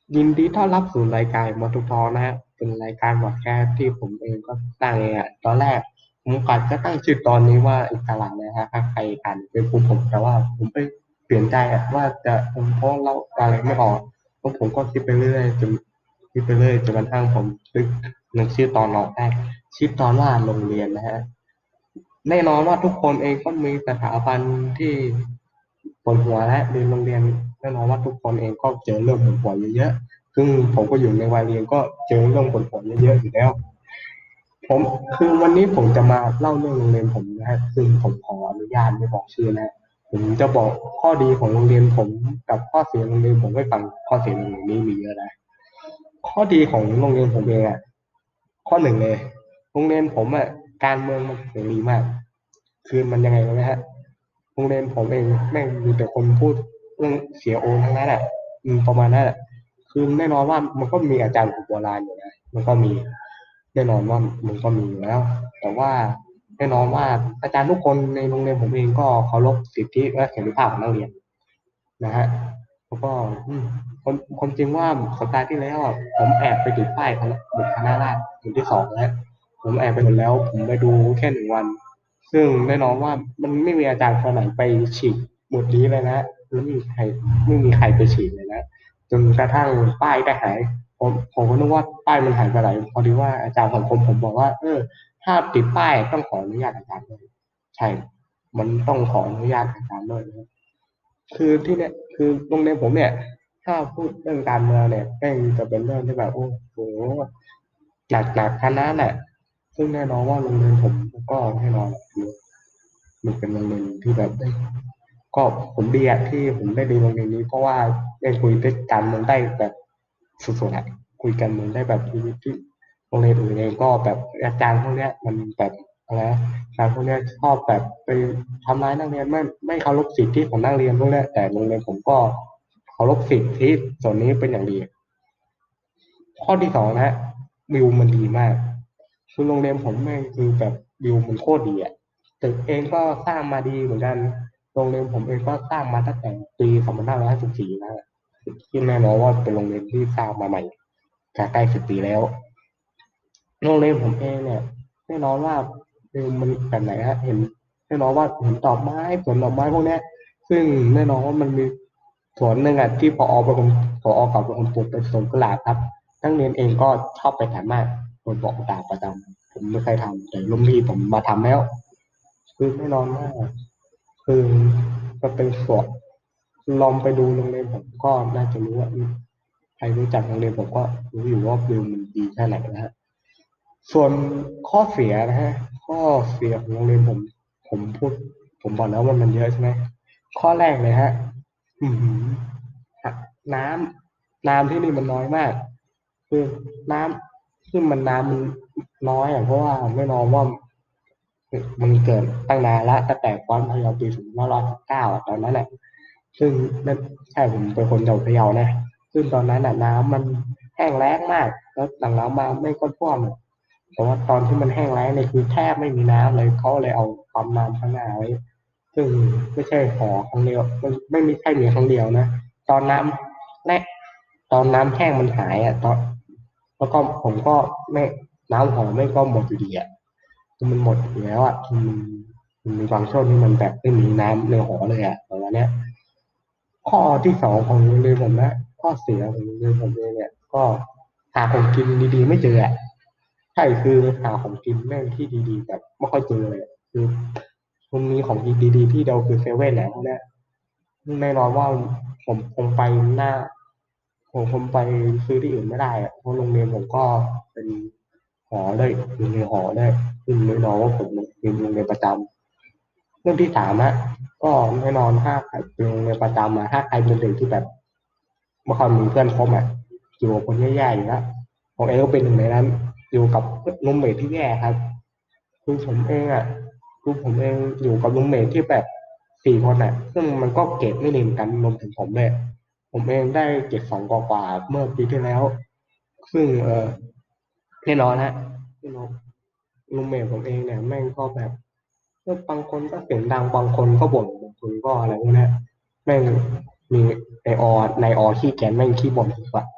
ยินดีต้อนรับสู่รายการมาทุกทอนะฮะเป็นรายการพอดแคสต์ที่ผมเองก็ตั้งเองอะตอนแรกผมก่อนจะตั้งชื่อตอนนี้ว่าอิสระนะฮะถ้าใครอ่านเป็นผมแต่ว่าผมไปเปลี่ยนใจอะว่าจะเพราะเราอะไรไม่ออกแล้วผมก็คิดไปเรื่อยจนคิดไปเรื่อยจนกระทั่งผมนึกชื่อตอนออกได้ชื่อตอนว่าโรงเรียนนะฮะ แน่นอนว่าทุกคนเองก็มีสถาบันที่ปวดหัวและเรียนโรงเรียนแน่นอนว่าทุกคนเองก็เจอเรื่องปวดหัวเยอะๆซึ่งผมก็อยู่ในวัยเรียนก็เจอเรื่องปวดหัวเยอะๆอยู่แล้วผมคือวันนี้ผมจะมาเล่าเรื่องโรงเรียนผมนะฮะซึ่งผมขออนุญาตไม่บอกชื่อนะผมจะบอกข้อดีของโรงเรียนผมกับข้อเสียโรงเรียนผมให้ฟังข้อเสียโรงเรียนนี้มีเยอะนะข้อดีของโรงเรียนผมเองอ่ะข้อหนึ่งเลยโรงเรียนผมอ่ะการเมืองมันเสรีมาก คือมันยังไงรู้ไหมฮะโรงเรียนผมเองแม่งมีแต่คนพูดเรื่องเสียโอทั้งนั้นแหละประมาณนั้นแหละคือแน่นอนว่ามันก็มีอาจารย์โบราณอยู่นะมันก็มีแน่นอนว่ามันก็มีอยู่แล้วแต่ว่าแน่นอนว่าอาจารย์ทุกคนในโรงเรียนผมเองก็เคารพสิทธิและเสรีภาพของนักเรียนนะฮะแล้วก็คนจริงว่าสัปดาห์ที่แล้วอะผมแอบไปติดป้ายคณะบุคณะราษฎรวันที่สองแล้วผมแอบไปหมดแล้วผมไปดูแค่1 วัน ซึ่งแน่นอนว่ามันไม่มีอาจารย์คนไหนไปฉีกบทนี้เลยนะแล้วไม่มีใครไปฉีกเลยนะจนกระทั่งป้ายได้หายผมก็นึกว่าป้ายมันหายไปไหนพอดีว่าอาจารย์สังคมผมบอกว่าถ้าติดป้ายต้องขออนุญาตอาจารย์ด้วยใช่มันต้องขออนุญาตอาจารย์ด้วยนะคือที่เนี่ยคือโรงเรียนผมเนี่ยถ้าพูดเรื่องการเมืองเนี่ยแม่งจะเป็นเรื่องที่แบบโอ้โหหนักคณะแหละซึ่งแน่นอนว่าโรงเรียนผมก็แน่นอน มันเป็นโรงเรียนที่แบบได้ก็ผมดีอะที่ผมได้เรียนโรงเรียนนี้เพราะว่าได้คุยด้วยการเมืองได้แบบสุดๆอะคุยกันเมืองได้แบบที่โรงเรียนอื่นเองก็แบบอาจารย์พวกเนี้ยมันแบบอะไรนะอาจารย์พวกเนี้ยชอบแบบไปทำร้ายนักเรียนไม่เคารพสิทธิของนักเรียนพวกเนี้ยแต่โรงเรียนผมก็เคารพสิทธิส่วนนี้เป็นอย่างดีข้อที่สองนะวิวมันดีมาก คือโรงเรียนผมแม่งคือแบบวิวมันโคตรดีอ่ะตึกเองก็สร้างมาดีเหมือนกันโรงเรียนผมเองก็สร้างมาตั้งแต่ปี2554นะที่แน่นอนว่าเป็นโรงเรียนที่สร้างมาใหม่ใกล้10 ปีแล้วโรงเรียนผมเองเนี่ยแน่นอนว่ามันแบบไหนฮะเห็นแน่นอนว่าเห็นดอกไม้สวนดอกไม้พวกเนี้ยซึ่งแน่นอนว่ามันมีสวนหนึ่งอ่ะที่พอกับเป็นคนปลูกเป็นสวนกุหลาบครับนักเรียนเองก็ชอบไปถ่ายมากคนบอกด่าประจำ ผมไม่เคยทำแต่รุ่นพี่ผมมาทำแล้วคือแน่นอนว่าคือมันเป็นสวนลองไปดูโรงเรียนผมก็น่าจะรู้ว่าใครรู้จักโรงเรียนผมก็รู้อยู่ว่าวิวมันดีแค่ไหนนะฮะส่วนข้อเสียนะฮะข้อเสียของโรงเรียนผมพูดผมบอกแล้วว่ามันเยอะใช่ไหมข้อแรกเลยฮะอืมน้น้ำที่นี่มันน้อยมากคือน้ำซึ่งมันน้ำมันน้อยอ่ะเพราะว่าไม่นอนว่า มันเกิดตั้งนานละตั้งแต่ก้อนพะเยาปี2519ตอนนั้นแหละซึ่งนั่นใช่ผมเป็นคนจากพะเยานะซึ่งตอนนั้นน่ะน้ำมันแห้งแล้งมากแล้วหลังน้ำมาไม่ก็ท่วมแต่ว่าตอนที่มันแห้งแล้งเนี่ยคือแทบไม่มีน้ำเลยเขาเลยเอาปั๊มน้ำข้างหน้าไว้ซึ่งไม่ใช่หอครั้งเดียวมันไม่มีแค่มีครั้งเดียวนะตอนน้ำแรกตอนน้ำแห้งมันหายอ่ะแล้วก็ผมก็ไม่น้ำหอไม่ก็หมดอยู่ดีอ่ะ คือมันหมดอยู่แล้วอ่ะมันมีบางช่วงที่มันแบบไม่มีน้ำในหอเลยอ่ะประมาณเนี้ยข้อที่สองของโรงเรียนผมนะข้อเสียของโรงเรียนผมเองเนี่ยก็หาของกินดีๆไม่เจออ่ะใช่คือหาของกินแม่งที่ดีๆแบบไม่ค่อยเจอเลยคือมันมีของกินดีๆที่เดียวคือเซเว่นแหละพวกเนี้ยแน่นอนว่าผมคงไปหน้าผมไปซื้อที่อื่นไม่ได้อะเพราะโรงเรียนผมก็เป็นหอเลยอยู่ในหอเลยซึ่งแน่นอนว่าผมเป็นโรงเรียนประจำเรื่องที่สามอะก็แน่นอนถ้าใครเป็นโรงเรียนประจำอะถ้าใครเป็นเด็กที่แบบไม่ค่อยมีเพื่อนคบอะอยู่กับคนแย่ๆอยู่แล้วผมเองก็เป็นหนึ่งในนั้นอยู่กับรูมเมทที่แย่ครับคือผมเองอะคือผมเองอยู่กับรูมเมทที่แบบ4 คนอะซึ่งมันก็เกรดไม่ดีเหมือนกันรวมถึงผมเลย ผมเองได้เกรด 2กว่าๆเมื่อปีที่แล้วซึ่งแน่นอนฮะพี่นกรูมเมทผมเองเนี่ยแม่งก็แบบบางคนก็เสียงดังบางคนก็บ่นบางคนก็อะไรพวกเนี้ยแม่งมีในอขี้แกนแม่งขี้บ่นสุดอะ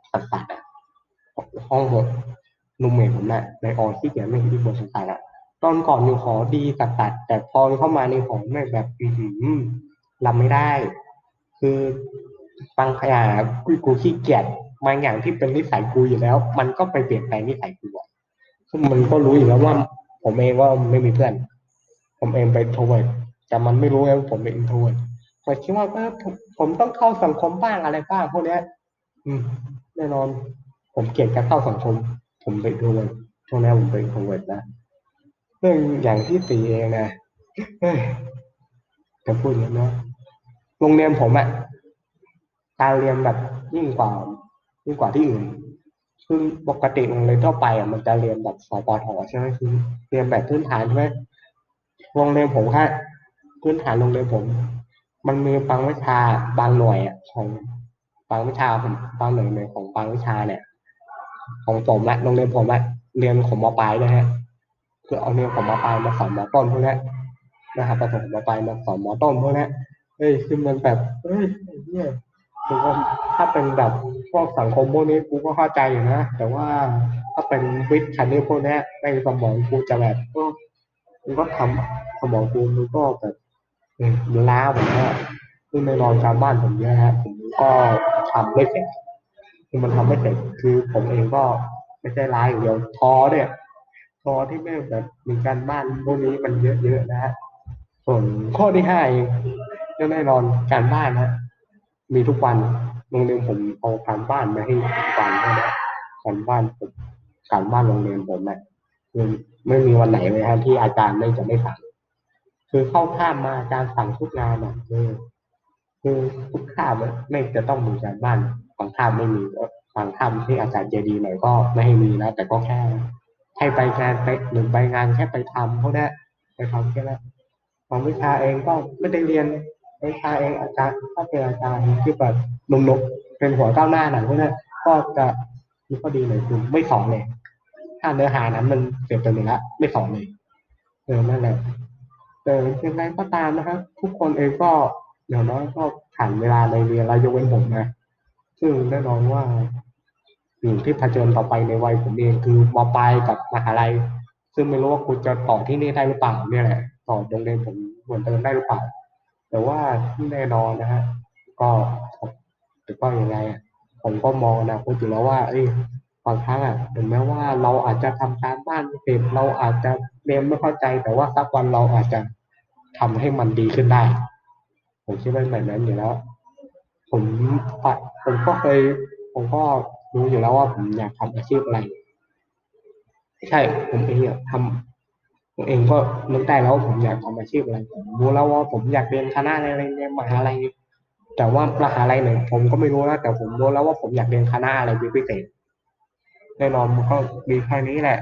สัสๆอ่ะห้องบทรูมเมทผมน่ะในออที่เขียนไม่ที่บทสัสๆอ่ะตอนก่อนอยู่หอดีสัสๆแต่พอเข้ามาในหอไม่แบบรับไม่ได้คือฟังขยะกูขี้เกียจบางอย่างที่เป็นนิสัยกูอยู่แล้วมันก็ไปเปลี่ยนแปลงนิสัยกูอ่ะซึ่งมันก็รู้อยู่แล้วว่าผมเองว่าไม่มีเพื่อนผมเองเป็นโทรเวิร์ตแต่มันไม่รู้ไงว่าผมเป็นอินโทรเวิร์ตผมคิดว่าผมต้องเข้าสังคมบ้างอะไรบ้างพวกเนี้ยอืมแน่นอนผมเกลียดการเข้าสังคมผมเป็นโทรเวิร์ตช่วงนี้ผมเป็นโทรเวิร์ตนะเรื่องอย่างที่ตีเองนะเฮ้ยจะพูดอย่างนี้นะโรงเรียนผมอะการเรียนแบบยิ่งกว่าที่อื่นคือปกติโรงเรียนทั่วไปอ่ะมันจะเรียนแบบสปทใช่ไหมคือเรียนแบบพื้นฐานใช่ไหมโรงเรียนผมแค่พื้นฐานโรงเรียนผมมันมีบางวิชาบางหน่วยอ่ะของบางวิชาผมบางหน่วยของบางวิชาเนี่ยของผมละโรงเรียนผมละเรียนของมปลายนะฮะคือเอาเรียนของมปลายมาสอนมต้นพวกนี้นะครับประถมมปลายมาสอนมต้นพวกนี้เฮ้ยคือมันแบบเฮ้ยไอ้เนี่ย กูก็ถ้าเป็นแบบพวกสังคมพวกนี้กูก็เข้าใจอยู่นะแต่ว่าถ้าเป็นวิทย์คณิตพวกเนี้ยในสมองกูจะแบบก็ทำสมองกูมันก็แบบล้าหมดแล้วซึ่งในนอนการบ้านผมเยอะฮะผมก็ทำไม่เสร็จคือมันทำไม่เสร็จคือผมเองก็ไม่ใช่ร้ายอย่างเดียวท้อเนี่ยท้อที่แม่งแบบมีการบ้านพวกนี้มันเยอะๆนะฮะส่วนข้อที่ห้าเองก็แน่นอนการบ้านฮะ มีทุกวันโรงเรียนผมเอาการบ้านมาให้ทุกวันเลยนะการบ้านผมการบ้านโรงเรียนผมเนี่ยคือไม่มีวันไหนเลยครับที่อาจารย์ไม่จะไม่สั่งคือเข้าข้ามมาอาจารย์สั่งทุกงานอ่ะคือทุกคาบอะไม่จะต้องมีการบ้านบางคาบไม่มีบางคาบที่อาจารย์ใจดีหน่อยก็ไม่ให้มีนะแต่ก็แค่ให้ไปงานไปหนึ่งไปงานแค่ไปทำเพราะนั้นไปทำแค่นั้นของวิชาเองก็ไม่ได้เรียน วิชาเองอาจารย์ถ้าเป็นอาจารย์ที่แบบหนุ่มๆเป็นหัวก้าวหน้าหน่อยพวกนั้นก็จะมีข้อดีหน่อยคือไม่สอนเลยถ้าเนื้อหานั้นมันเสร็จไปหมดแล้วไม่สอนเลยนั่นแหละแต่ยังไงก็ตามนะครับทุกคนเองก็อย่างน้อยก็ผ่านเวลาในเรียนแล้วยกเว้นผมนะซึ่งแน่นอนว่าสิ่งที่เผชิญต่อไปในวัยผมเองคือมปลายกับมหาลัยซึ่งไม่รู้ว่าคุณจะต่อที่นี่ได้หรือเปล่าเนี่ยแหละต่อโรงเรียนผมเหมือนเดิมได้หรือเปล่า แต่ว่าที่แน่นอนนะฮะก็แต่ก็ยังไงอะผมก็มองอนาคตอยู่แล้วว่าเอ้ยบางครั้งอ่ะถึงแม้ว่าเราอาจจะทำการบ้านไม่เสร็จเราอาจจะเรียนไม่เข้าใจแต่ว่าสักวันเราอาจจะทำให้มันดีขึ้นได้ผมคิดว่าแบบนั้นอยู่แล้วผมปะผมก็เคยผมก็รู้อยู่แล้วว่าผมอยากทำอาชีพอะไรใช่ผมเองอยากทำผมเองก็นึกได้แล้วว่าผมอยากทำอาชีพอะไรผมรู้แล้วว่าผมอยากเรียนคณะอะไรเรียนมหาลัย แต่ว่ามหาลัยไหนผมก็ไม่รู้นะแต่ผมรู้แล้วว่าผมอยากเรียนคณะอะไรเป็นพิเศษแน่นอนมันก็มีแค่นี้แหละ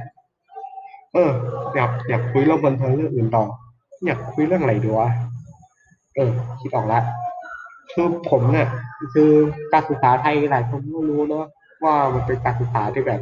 อยากคุยเรื่องบันเทิงเรื่องอื่นต่ออยากคุยเรื่องอะไรดีวะคิดออกแล้วคือผมเนี่ยคือการศึกษาไทยหลายคนก็รู้เนาะว่ามันเป็นการศึกษาที่แบบ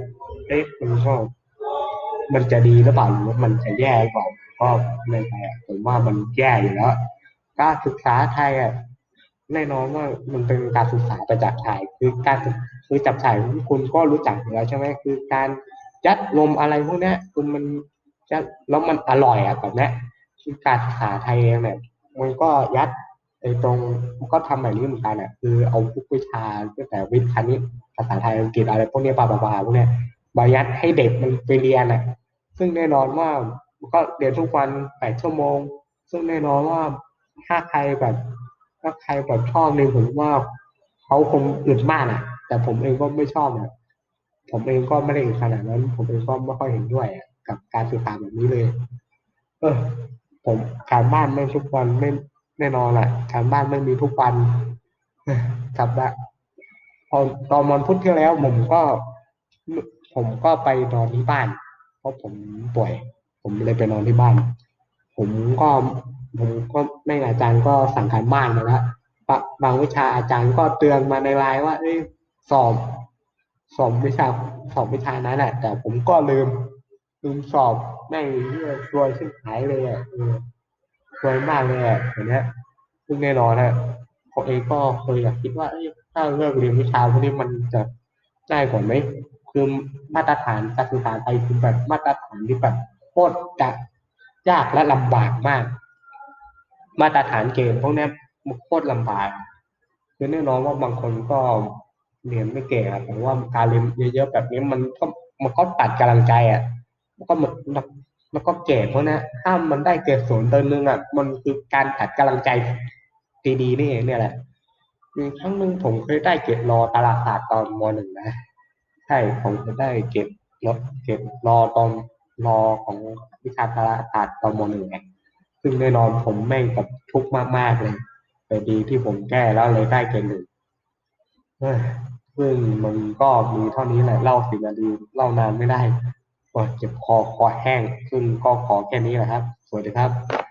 มันจะดีหรือเปล่าหรือว่ามันจะแย่หรือเปล่าก็ไม่ใช่อะผมว่ามันแย่อยู่แล้วการศึกษาไทยอ่ะแน่นอนว่ามันเป็นการศึกษาประจักษ์ฉายคือจับฉายคุณก็รู้จักอยู่แล้วใช่ไหมคือการยัดลมอะไรพวกเนี้ยคือมันจะแล้วมันอร่อยอ่ะแบบเนี้ยคือการศึกษาไทยเองเนี่ยมันก็ยัดไอ้ตรงมันก็ทำแบบนี้เหมือนกันอ่ะคือเอาพวกวิชาตั้งแต่วิทย์คณิตภาษาไทยอังกฤษอะไรพวกเนี้ยปาพวกเนี้ย มายัดให้เด็กมันไปเรียนอ่ะซึ่งแน่นอนว่าก็เรียนทุกวัน8 ชั่วโมงซึ่งแน่นอนว่าถ้าใครแบบถ้าใครแบบชอบเนี่ยผมว่าเขาคงอึดมากอ่ะแต่ผมเองก็ไม่ชอบอ่ะผมเองก็ไม่ได้อึดขนาดนั้นผมเองก็ไม่ค่อยเห็นด้วยอะกับการศึกษาแบบนี้เลยเออผมการบ้านไม่ทุกวันไม่แน่นอนแหละการบ้านไม่มีทุกวันสัปดาห์พอตอนวันพุธที่แล้วผมก็ไปนอนที่บ้านเพราะผมป่วยผมเลยไปนอนที่บ้านผมก็ผมก็ไม่อาจารย์ก็สั่งการบ้านมาแล้วบางวิชาอาจารย์ก็เตือนมาในไลน์ว่าเอ้ยสอบสอบวิชาสอบวิชานั้นแหละแต่ผมก็ลืมสอบไม่งเหี้ยซวยชิบหายเลยอ่ะซวยมากเลยอ่ะอย่างเนี้ยซึ่งแน่นอนฮะผมเองก็เคยอยากคิดว่าเอ้ยถ้าเลิกเรียนวิชาพวกนี้มันจะง่ายกว่าไหมคือมาตรฐานการศึกษาไทยคือแบบมาตรฐานที่แบบโคตรจะยากและลำบากมากมาตรฐานเกณฑ์พวกเนี้ยมันโคตรลำบากคือแน่นอนว่าบางคนก็เรียนไม่เก่งอะแต่ว่าการเรียนเยอะๆแบบนี้มันก็ตัดกำลังใจอ่ะมันก็มันแล้วก็เกรดพวกเนี้ยถ้ามันได้เกรดศูนย์เติมนึงอ่ะมันคือการตัดกำลังใจดีๆนี่เองเนี่ยแหละมีครั้งหนึ่งผมเคยได้เกรดรอตลาดศาสตร์ตอนม.1นะ ใช่ผมจะได้เก็บรอตอนรอของวิชาพละศาสตร์ตอนม .1ไงซึ่งแน่นอนผมแม่งกับทุกข์มากๆเลยแต่ดีที่ผมแก้แล้วเลยได้เกรด 1เฮ้ยซึ่งมันก็มีเท่านี้แหละเล่า10 นาทีเล่านานไม่ได้ก็เจ็บคอแห้งซึ่งก็ขอแค่นี้แหละครับสวัสดีครับ